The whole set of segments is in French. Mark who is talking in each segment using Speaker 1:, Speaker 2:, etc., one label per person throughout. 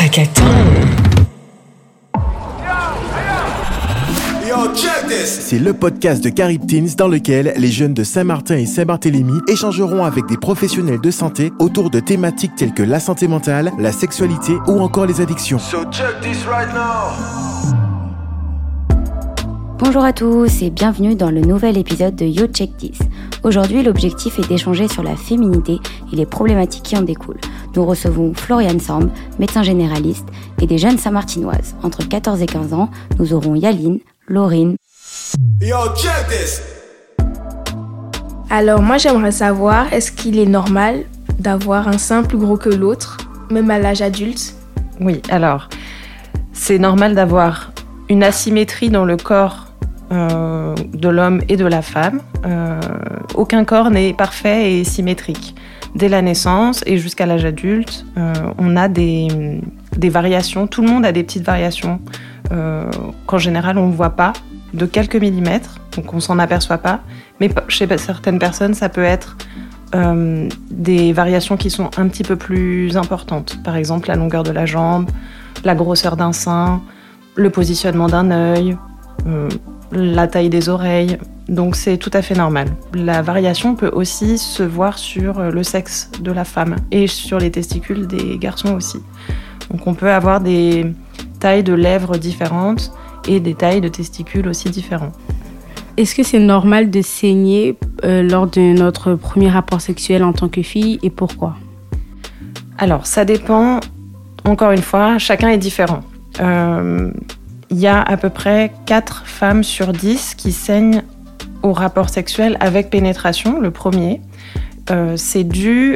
Speaker 1: Hackathon.
Speaker 2: C'est le podcast de Carib Teens dans lequel les jeunes de Saint-Martin et Saint-Barthélemy échangeront avec des professionnels de santé autour de thématiques telles que la santé mentale, la sexualité ou encore les addictions.
Speaker 3: So check this right now.
Speaker 4: Bonjour à tous et bienvenue dans le nouvel épisode de Yo Check This. Aujourd'hui, l'objectif est d'échanger sur la féminité et les problématiques qui en découlent. Nous recevons Floriane Samb, médecin généraliste, et des jeunes Saint-Martinoises. Entre 14 et 15 ans, nous aurons Yaline, Laurine.
Speaker 3: Yo, check this.
Speaker 5: Alors moi j'aimerais savoir, est-ce qu'il est normal d'avoir un sein plus gros que l'autre, même à l'âge adulte ?
Speaker 6: Oui, alors, c'est normal d'avoir une asymétrie dans le corps de l'homme et de la femme. Aucun corps n'est parfait et symétrique. Dès la naissance et jusqu'à l'âge adulte, on a des variations. Tout le monde a des petites variations qu'en général on ne voit pas, de quelques millimètres, donc on ne s'en aperçoit pas. Mais chez certaines personnes, ça peut être des variations qui sont un petit peu plus importantes. Par exemple, la longueur de la jambe, la grosseur d'un sein, le positionnement d'un œil, la taille des oreilles. Donc c'est tout à fait normal. La variation peut aussi se voir sur le sexe de la femme et sur les testicules des garçons aussi. Donc on peut avoir des tailles de lèvres différentes et des tailles de testicules aussi différentes.
Speaker 7: Est-ce que c'est normal de saigner lors de notre premier rapport sexuel en tant que fille et pourquoi ?
Speaker 6: Alors ça dépend, encore une fois, chacun est différent. Il y a à peu près 4 femmes sur 10 qui saignent au rapport sexuel avec pénétration, le premier. C'est dû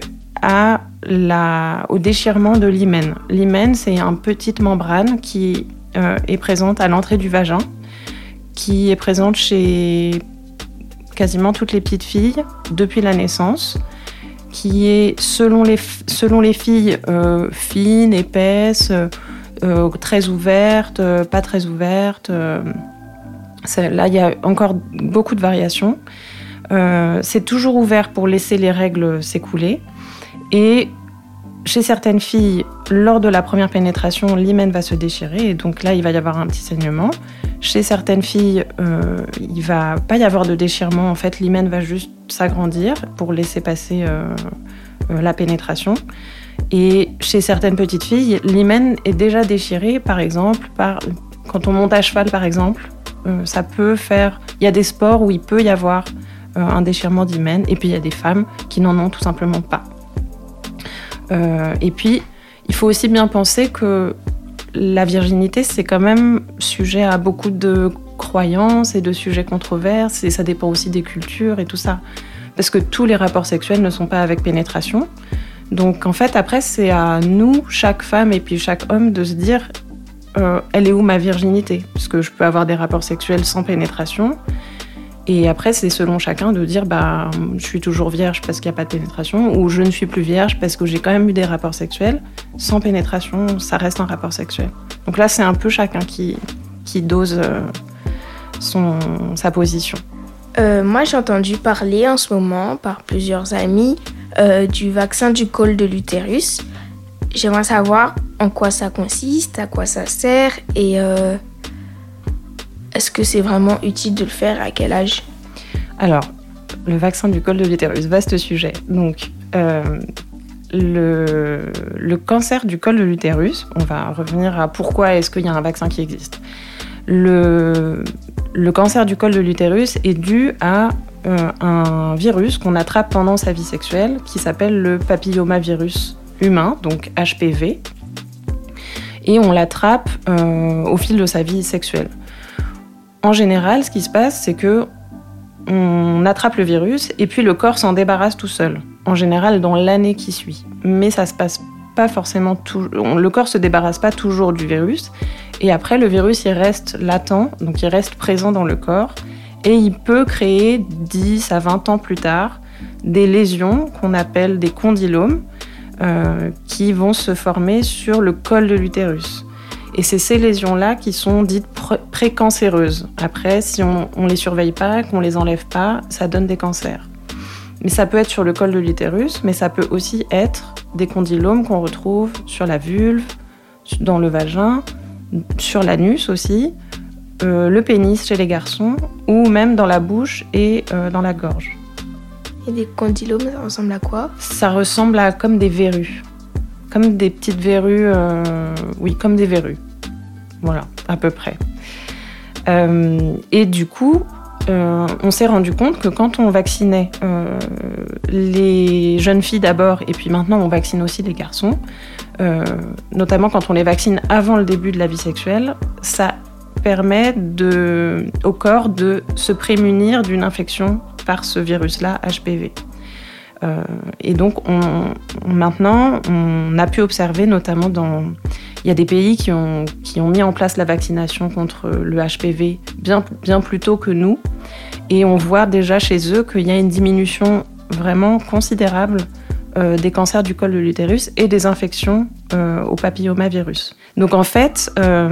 Speaker 6: au déchirement de l'hymen. L'hymen, c'est une petite membrane qui est présente à l'entrée du vagin, qui est présente chez quasiment toutes les petites filles depuis la naissance, qui est, selon les filles, fine, épaisse, très ouverte, pas très ouverte. Là, il y a encore beaucoup de variations. C'est toujours ouvert pour laisser les règles s'écouler. Et chez certaines filles, lors de la première pénétration, l'hymen va se déchirer. Et donc là, il va y avoir un petit saignement. Chez certaines filles, il ne va pas y avoir de déchirement. En fait, l'hymen va juste s'agrandir pour laisser passer la pénétration. Et chez certaines petites filles, l'hymen est déjà déchiré, par exemple, quand on monte à cheval, par exemple. Ça peut faire... Il y a des sports où il peut y avoir un déchirement d'hymen, et puis il y a des femmes qui n'en ont tout simplement pas. Et puis, il faut aussi bien penser que la virginité, c'est quand même sujet à beaucoup de croyances et de sujets controverses, et ça dépend aussi des cultures et tout ça. Parce que tous les rapports sexuels ne sont pas avec pénétration. Donc en fait, après, c'est à nous, chaque femme et puis chaque homme, de se dire elle est où ma virginité ? Parce que je peux avoir des rapports sexuels sans pénétration. Et après, c'est selon chacun de dire je suis toujours vierge parce qu'il n'y a pas de pénétration, ou je ne suis plus vierge parce que j'ai quand même eu des rapports sexuels. Sans pénétration, ça reste un rapport sexuel. Donc là, c'est un peu chacun qui dose sa position.
Speaker 5: Moi j'ai entendu parler en ce moment par plusieurs amis du vaccin du col de l'utérus. J'aimerais savoir en quoi ça consiste, à quoi ça sert et est-ce que c'est vraiment utile de le faire, à quel âge ?
Speaker 6: Alors, le vaccin du col de l'utérus, vaste sujet. Donc, le cancer du col de l'utérus, on va revenir à pourquoi est-ce qu'il y a un vaccin qui existe. Le cancer du col de l'utérus est dû à un virus qu'on attrape pendant sa vie sexuelle qui s'appelle le papillomavirus humain, donc HPV. Et on l'attrape au fil de sa vie sexuelle. En général, ce qui se passe, c'est que on attrape le virus et puis le corps s'en débarrasse tout seul. En général, dans l'année qui suit. Mais ça se passe pas forcément le corps se débarrasse pas toujours du virus. Et après, le virus, il reste latent, donc il reste présent dans le corps. Et il peut créer 10 à 20 ans plus tard des lésions qu'on appelle des condylomes qui vont se former sur le col de l'utérus. Et c'est ces lésions-là qui sont dites précancéreuses. Après, si on ne les surveille pas, qu'on ne les enlève pas, ça donne des cancers. Mais ça peut être sur le col de l'utérus, mais ça peut aussi être des condylomes qu'on retrouve sur la vulve, dans le vagin, sur l'anus aussi, le pénis chez les garçons, ou même dans la bouche et dans la gorge.
Speaker 5: Et des condylomes, ça ressemble à quoi ?
Speaker 6: Ça ressemble à comme des verrues. Comme des petites verrues, comme des verrues. Voilà, à peu près. Et du coup, on s'est rendu compte que quand on vaccinait les jeunes filles d'abord, et puis maintenant on vaccine aussi les garçons, notamment quand on les vaccine avant le début de la vie sexuelle, ça permet au corps de se prémunir d'une infection par ce virus-là, HPV. Et donc, maintenant, on a pu observer, notamment il y a des pays qui ont mis en place la vaccination contre le HPV bien plus tôt que nous. Et on voit déjà chez eux qu'il y a une diminution vraiment considérable des cancers du col de l'utérus et des infections au papillomavirus. Donc en fait,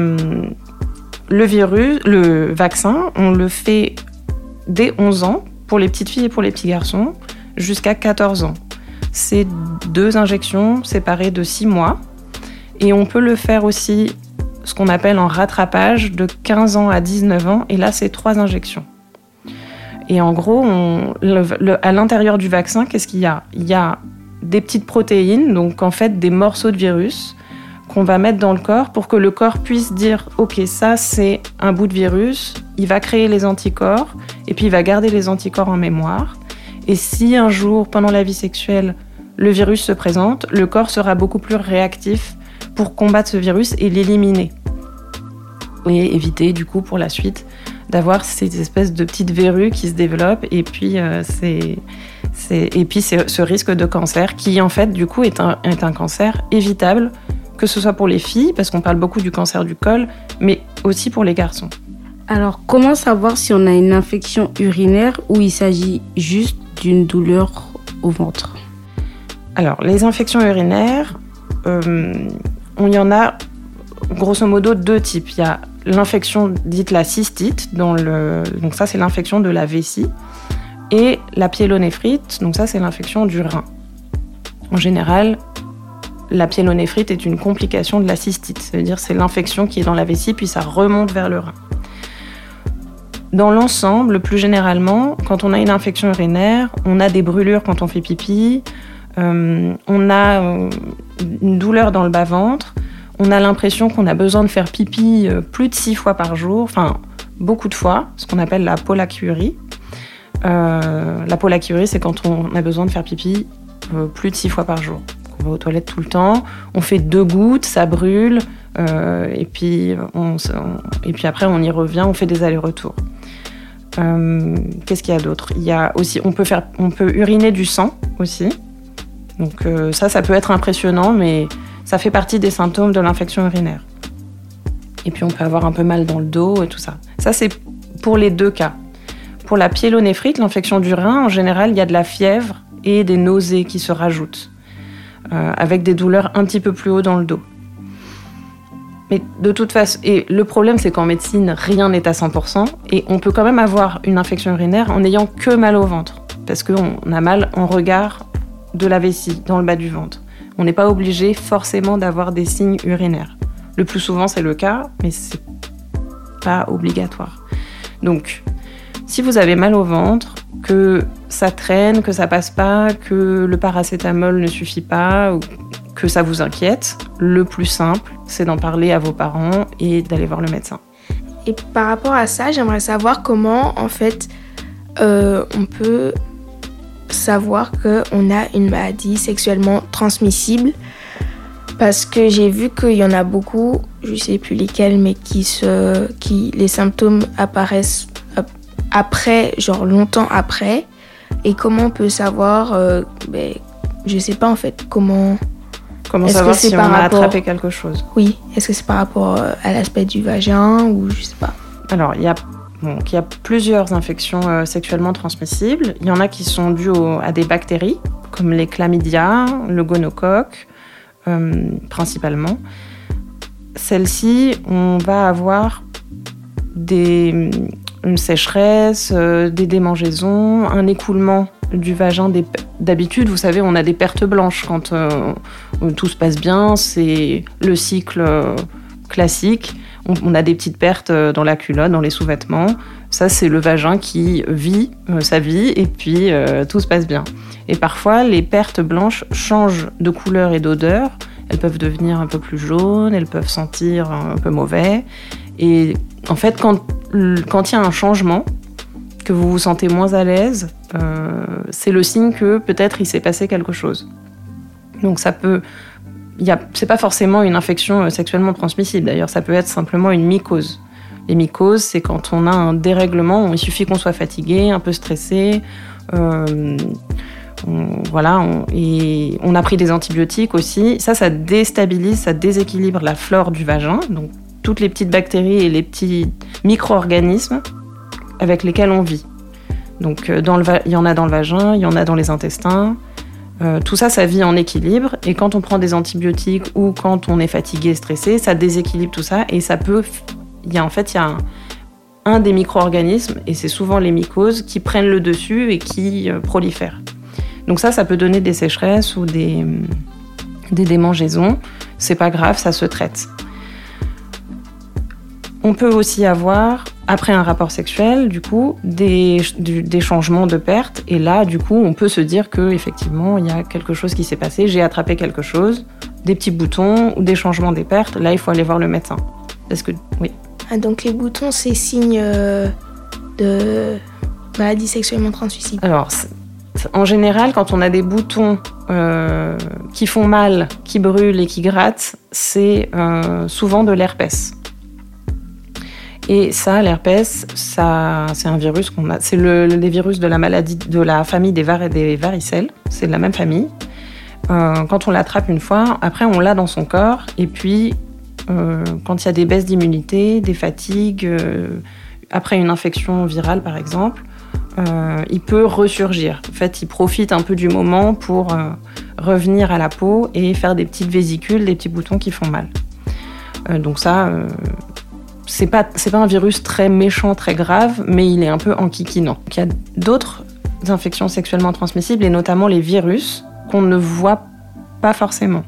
Speaker 6: le vaccin, on le fait dès 11 ans pour les petites filles et pour les petits garçons, jusqu'à 14 ans. C'est 2 injections séparées de 6 mois. Et on peut le faire aussi, ce qu'on appelle en rattrapage, de 15 ans à 19 ans. Et là, c'est 3 injections. Et en gros, à l'intérieur du vaccin, qu'est-ce qu'il y a ? Il y a des petites protéines, donc en fait des morceaux de virus qu'on va mettre dans le corps pour que le corps puisse dire « Ok, ça c'est un bout de virus, il va créer les anticorps et puis il va garder les anticorps en mémoire. Et si un jour, pendant la vie sexuelle, le virus se présente, le corps sera beaucoup plus réactif pour combattre ce virus et l'éliminer. Et éviter du coup pour la suite d'avoir ces espèces de petites verrues qui se développent et puis ce risque de cancer qui en fait du coup est un cancer évitable, que ce soit pour les filles parce qu'on parle beaucoup du cancer du col, mais aussi pour les garçons.
Speaker 7: Alors, comment savoir si on a une infection urinaire ou il s'agit juste d'une douleur au ventre ?
Speaker 6: Alors, les infections urinaires, il y en a grosso modo 2 types. Il y a l'infection dite la cystite, donc ça c'est l'infection de la vessie, et la pyélonéphrite, donc ça c'est l'infection du rein. En général, la pyélonéphrite est une complication de la cystite, c'est-à-dire c'est l'infection qui est dans la vessie puis ça remonte vers le rein. Dans l'ensemble, plus généralement, quand on a une infection urinaire, on a des brûlures quand on fait pipi, on a une douleur dans le bas-ventre, on a l'impression qu'on a besoin de faire pipi plus de 6 fois par jour, enfin beaucoup de fois, ce qu'on appelle la polacyurie. La polacyurie, c'est quand on a besoin de faire pipi plus de 6 fois par jour. On va aux toilettes tout le temps, on fait 2 gouttes, ça brûle, et puis après on y revient, on fait des allers-retours. Qu'est-ce qu'il y a d'autre ? Il y a aussi, on peut uriner du sang aussi. Donc ça peut être impressionnant, mais ça fait partie des symptômes de l'infection urinaire. Et puis on peut avoir un peu mal dans le dos et tout ça. Ça c'est pour les 2 cas. Pour la pyélonéphrite, l'infection du rein, en général, il y a de la fièvre et des nausées qui se rajoutent, avec des douleurs un petit peu plus haut dans le dos. Mais de toute façon, et le problème c'est qu'en médecine, rien n'est à 100%, et on peut quand même avoir une infection urinaire en n'ayant que mal au ventre, parce qu'on a mal en regard de la vessie, dans le bas du ventre. On n'est pas obligé forcément d'avoir des signes urinaires. Le plus souvent c'est le cas, mais c'est pas obligatoire. Donc, si vous avez mal au ventre, que ça traîne, que ça passe pas, que le paracétamol ne suffit pas, ou que ça vous inquiète, le plus simple, c'est d'en parler à vos parents et d'aller voir le médecin.
Speaker 5: Et par rapport à ça, j'aimerais savoir comment, en fait, on peut savoir qu'on a une maladie sexuellement transmissible. Parce que j'ai vu qu'il y en a beaucoup, je sais plus lesquels, mais les symptômes apparaissent après, genre longtemps après. Et comment on peut savoir, je sais pas en fait, comment
Speaker 6: savoir si on a attrapé quelque chose.
Speaker 5: Oui, est-ce que c'est par rapport à l'aspect du vagin ou je sais pas.
Speaker 6: Alors, il y a plusieurs infections sexuellement transmissibles. Il y en a qui sont dues à des bactéries, comme les chlamydia, le gonocoque, principalement. Celles-ci, on va avoir une sécheresse, des démangeaisons, un écoulement du vagin. D'habitude, vous savez, on a des pertes blanches quand tout se passe bien, c'est le cycle classique. On a des petites pertes dans la culotte, dans les sous-vêtements. Ça, c'est le vagin qui vit sa vie et puis tout se passe bien. Et parfois, les pertes blanches changent de couleur et d'odeur. Elles peuvent devenir un peu plus jaunes, elles peuvent sentir un peu mauvais. Et en fait, quand il y a un changement, que vous vous sentez moins à l'aise, c'est le signe que peut-être il s'est passé quelque chose. Donc ça peut... c'est pas forcément une infection sexuellement transmissible, d'ailleurs, ça peut être simplement une mycose. Les mycoses, c'est quand on a un dérèglement, il suffit qu'on soit fatigué, un peu stressé, et on a pris des antibiotiques aussi. Ça déstabilise, ça déséquilibre la flore du vagin, donc toutes les petites bactéries et les petits micro-organismes avec lesquels on vit. Donc il y en a dans le vagin, il y en a dans les intestins. Tout ça, ça vit en équilibre. Et quand on prend des antibiotiques ou quand on est fatigué, stressé, ça déséquilibre tout ça. Et ça peut... Il y a un des micro-organismes, et c'est souvent les mycoses, qui prennent le dessus et qui prolifèrent. Donc ça peut donner des sécheresses ou des démangeaisons. C'est pas grave, ça se traite. On peut aussi avoir, après un rapport sexuel, du coup, des changements de perte. Et là, du coup, on peut se dire qu'effectivement, il y a quelque chose qui s'est passé, j'ai attrapé quelque chose, des petits boutons ou des changements des pertes. Là, il faut aller voir le médecin. Parce que, oui.
Speaker 5: Ah, donc les boutons, c'est signe de maladie sexuellement transmissible.
Speaker 6: Alors, en général, quand on a des boutons qui font mal, qui brûlent et qui grattent, c'est souvent de l'herpès. Et ça, l'herpès, c'est un virus qu'on a. C'est les virus de la maladie, de la famille des varicelles. C'est de la même famille. Quand on l'attrape une fois, après on l'a dans son corps. Et puis, quand il y a des baisses d'immunité, des fatigues, après une infection virale par exemple, il peut ressurgir. En fait, il profite un peu du moment pour revenir à la peau et faire des petites vésicules, des petits boutons qui font mal. Donc ça... C'est pas un virus très méchant, très grave, mais il est un peu enquiquinant. Il y a d'autres infections sexuellement transmissibles, et notamment les virus, qu'on ne voit pas forcément.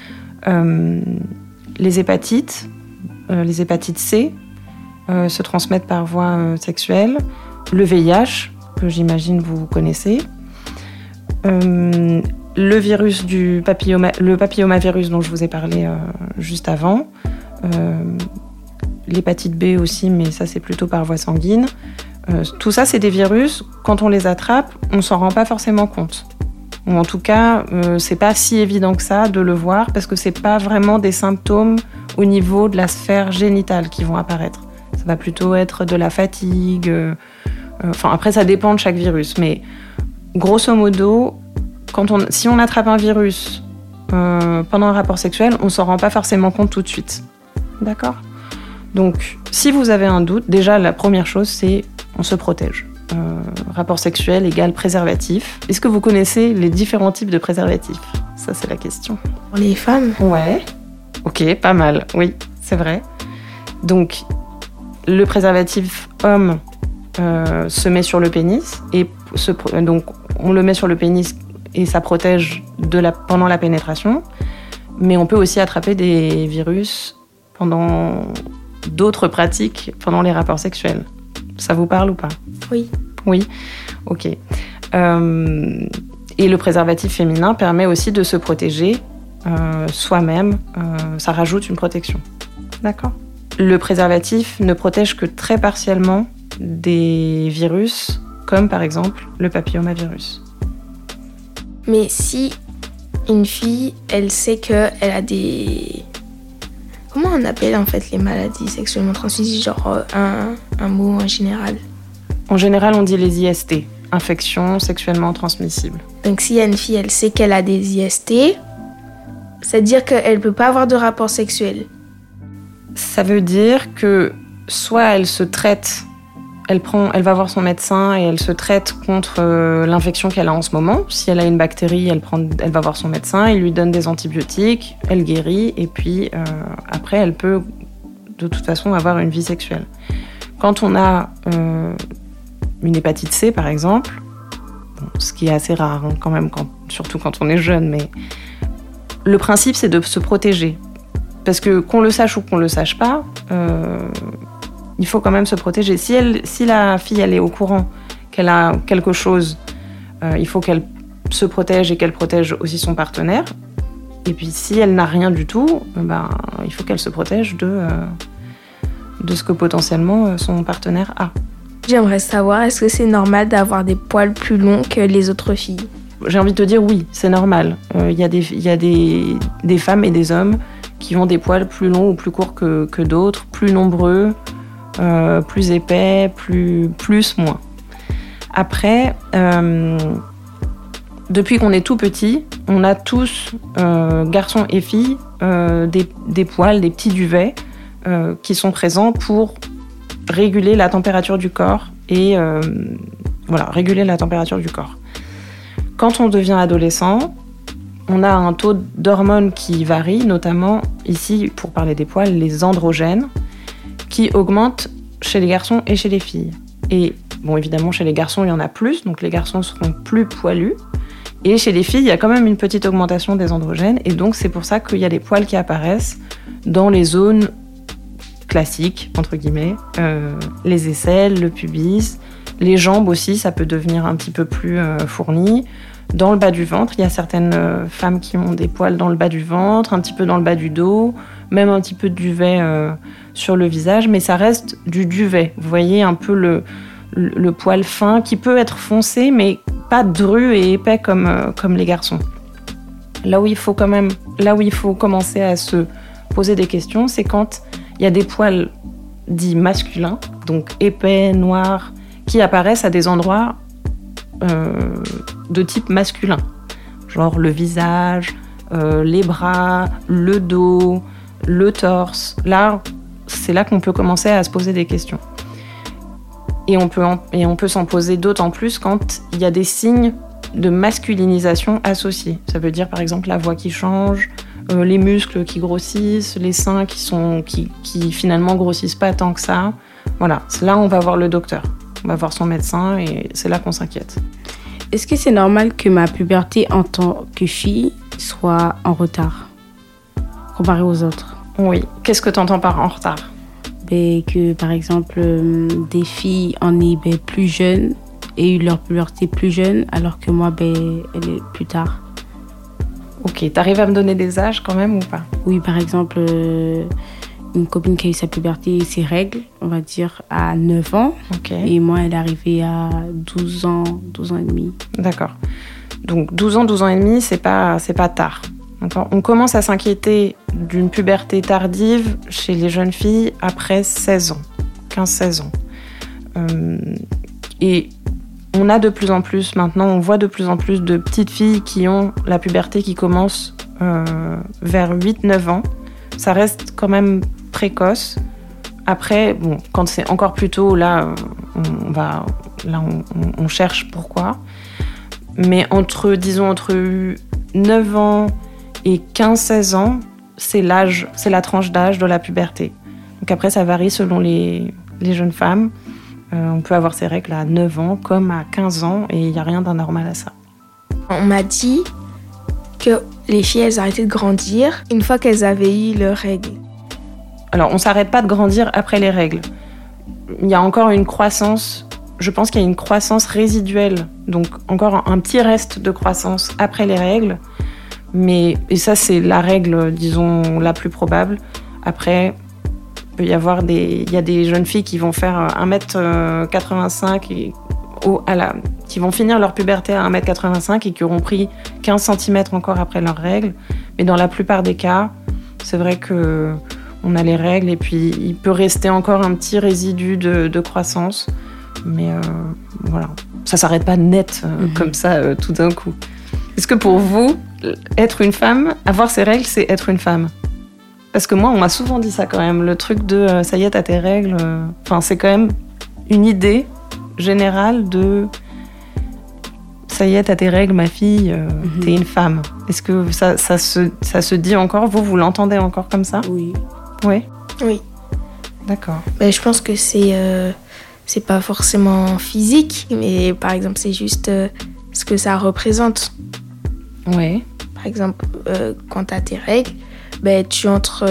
Speaker 6: Les hépatites C, se transmettent par voie sexuelle. Le VIH, que j'imagine vous connaissez. Le virus le papillomavirus dont je vous ai parlé juste avant. L'hépatite B aussi, mais ça c'est plutôt par voie sanguine. Tout ça, c'est des virus, quand on les attrape, on s'en rend pas forcément compte. Ou en tout cas, c'est pas si évident que ça de le voir, parce que c'est pas vraiment des symptômes au niveau de la sphère génitale qui vont apparaître. Ça va plutôt être de la fatigue. Après, ça dépend de chaque virus, mais grosso modo, si on attrape un virus pendant un rapport sexuel, on s'en rend pas forcément compte tout de suite. D'accord ? Donc, si vous avez un doute, déjà, la première chose, c'est on se protège. Rapport sexuel égale préservatif. Est-ce que vous connaissez les différents types de préservatifs ? Ça, c'est la question.
Speaker 5: Pour les femmes ?
Speaker 6: Ouais. Ok, pas mal. Oui, c'est vrai. Donc, le préservatif homme se met sur le pénis. Donc, on le met sur le pénis et ça protège pendant la pénétration. Mais on peut aussi attraper des virus pendant... d'autres pratiques pendant les rapports sexuels. Ça vous parle ou pas ?
Speaker 5: Oui.
Speaker 6: Oui, ok. Et le préservatif féminin permet aussi de se protéger soi-même. Ça rajoute une protection. D'accord ? Le préservatif ne protège que très partiellement des virus, comme par exemple le papillomavirus.
Speaker 5: Mais si une fille, elle sait qu'elle a des... Comment on appelle en fait les maladies sexuellement transmissibles, genre un mot en général ?
Speaker 6: En général, on dit les IST, infections sexuellement transmissibles.
Speaker 5: Donc si une fille, elle sait qu'elle a des IST, c'est-à-dire qu'elle ne peut pas avoir de rapport sexuel.
Speaker 6: Ça veut dire que soit elle se traite, elle va voir son médecin et elle se traite contre l'infection qu'elle a en ce moment. Si elle a une bactérie, elle va voir son médecin, il lui donne des antibiotiques, elle guérit et puis après elle peut de toute façon avoir une vie sexuelle. Quand on a une hépatite C par exemple, ce qui est assez rare quand même, surtout quand on est jeune. Mais le principe, c'est de se protéger. Parce que qu'on le sache ou qu'on le sache pas, il faut quand même se protéger. Si la fille, elle est au courant qu'elle a quelque chose, il faut qu'elle se protège et qu'elle protège aussi son partenaire. Et puis si elle n'a rien du tout, il faut qu'elle se protège de ce que potentiellement son partenaire a.
Speaker 5: J'aimerais savoir, est-ce que c'est normal d'avoir des poils plus longs que les autres filles ?
Speaker 6: J'ai envie de te dire oui, c'est normal. Il y a des femmes et des hommes qui ont des poils plus longs ou plus courts que d'autres, plus nombreux, plus épais, plus, moins. Après, depuis qu'on est tout petit, on a tous, garçons et filles, des poils, des petits duvets qui sont présents pour réguler la température du corps et réguler la température du corps. Quand on devient adolescent, on a un taux d'hormones qui varie, notamment ici, pour parler des poils, les androgènes, qui augmentent chez les garçons et chez les filles. Et bon, évidemment, chez les garçons, il y en a plus, donc les garçons seront plus poilus. Et chez les filles, il y a quand même une petite augmentation des androgènes, et donc c'est pour ça qu'il y a des poils qui apparaissent dans les zones classiques, entre guillemets, les aisselles, le pubis, les jambes aussi, ça peut devenir un petit peu plus fourni. Dans le bas du ventre, il y a certaines femmes qui ont des poils dans le bas du ventre, un petit peu dans le bas du dos, même un petit peu de duvet sur le visage, mais ça reste du duvet. Vous voyez un peu le poil fin qui peut être foncé, mais pas dru et épais comme les garçons. Là où il faut commencer à se poser des questions, c'est quand il y a des poils dits masculins, donc épais, noirs, qui apparaissent à des endroits de type masculin, genre le visage, les bras, le dos, le torse. Là, c'est là qu'on peut commencer à se poser des questions. Et on peut s'en poser d'autant plus quand il y a des signes de masculinisation associés. Ça veut dire par exemple la voix qui change, les muscles qui grossissent, les seins qui finalement grossissent pas tant que ça. Voilà, là on va voir le docteur, on va voir son médecin et c'est là qu'on s'inquiète.
Speaker 7: Est-ce que c'est normal que ma puberté en tant que fille soit en retard, comparée aux autres ?
Speaker 6: Oui. Qu'est-ce que tu entends par en retard ?
Speaker 7: Que par exemple, des filles en aient plus jeunes et eu leur puberté plus jeune, alors que moi, elle est plus tard.
Speaker 6: Ok, t'arrives à me donner des âges quand même ou pas ?
Speaker 7: Oui, par exemple, une copine qui a eu sa puberté, ses règles, on va dire, à 9 ans.
Speaker 6: Okay.
Speaker 7: Et moi, elle est arrivée à 12 ans et demi.
Speaker 6: D'accord. Donc 12 ans et demi, c'est pas tard. D'accord. On commence à s'inquiéter d'une puberté tardive chez les jeunes filles après 16 ans, 15-16 ans. Et on a de plus en plus, maintenant, on voit de plus en plus de petites filles qui ont la puberté qui commence vers 8-9 ans. Ça reste quand même précoce. Après, bon, quand c'est encore plus tôt, là, on cherche pourquoi. Mais entre 9 ans et 15-16 ans, c'est la tranche d'âge de la puberté. Donc après, ça varie selon les jeunes femmes. On peut avoir ses règles à 9 ans comme à 15 ans et il n'y a rien d'anormal à ça.
Speaker 5: On m'a dit que les filles, elles arrêtaient de grandir une fois qu'elles avaient eu leurs règles.
Speaker 6: Alors, on ne s'arrête pas de grandir après les règles. Il y a encore une croissance, je pense qu'il y a une croissance résiduelle, donc encore un petit reste de croissance après les règles. Et ça, c'est la règle, disons, la plus probable. Après, il y a des jeunes filles qui vont faire 1m85 qui vont finir leur puberté à 1m85 et qui auront pris 15 cm encore après leurs règles. Mais dans la plupart des cas, c'est vrai qu'on a les règles et puis il peut rester encore un petit résidu de croissance. Mais voilà, ça s'arrête pas net comme ça tout d'un coup. Est-ce que pour vous, être une femme, avoir ses règles, c'est être une femme ? Parce que moi, on m'a souvent dit ça quand même, le truc de ça y est, t'as tes règles. C'est quand même une idée générale de ça y est, t'as tes règles, ma fille, t'es une femme. Est-ce que ça se dit encore ? Vous l'entendez encore comme ça ?
Speaker 7: Oui.
Speaker 6: Oui.
Speaker 5: Oui.
Speaker 6: D'accord.
Speaker 5: Je pense que c'est pas forcément physique, mais par exemple, c'est juste ce que ça représente.
Speaker 6: Oui.
Speaker 5: Par exemple, quand tu as tes règles, tu entres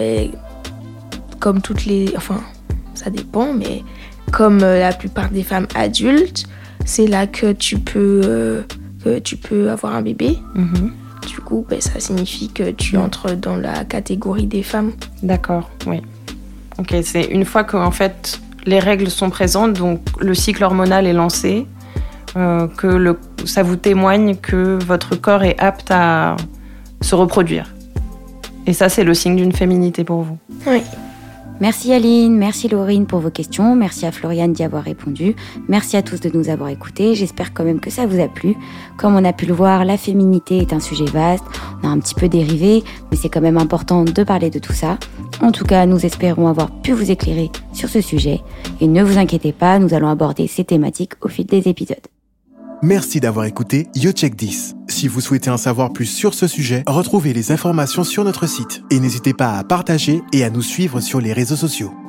Speaker 5: comme toutes les... Enfin, ça dépend, mais comme la plupart des femmes adultes, c'est là que tu peux avoir un bébé. Du coup, ça signifie que tu entres dans la catégorie des femmes.
Speaker 6: D'accord, oui. Ok, c'est une fois que en fait, les règles sont présentes, donc le cycle hormonal est lancé, ça vous témoigne que votre corps est apte à se reproduire. Et ça, c'est le signe d'une féminité pour vous.
Speaker 5: Oui.
Speaker 4: Merci Aline, merci Laurine pour vos questions, merci à Floriane d'y avoir répondu, merci à tous de nous avoir écoutés, j'espère quand même que ça vous a plu. Comme on a pu le voir, la féminité est un sujet vaste, on a un petit peu dérivé, mais c'est quand même important de parler de tout ça. En tout cas, nous espérons avoir pu vous éclairer sur ce sujet, et ne vous inquiétez pas, nous allons aborder ces thématiques au fil des épisodes.
Speaker 2: Merci d'avoir écouté You Check This. Si vous souhaitez en savoir plus sur ce sujet, retrouvez les informations sur notre site. Et n'hésitez pas à partager et à nous suivre sur les réseaux sociaux.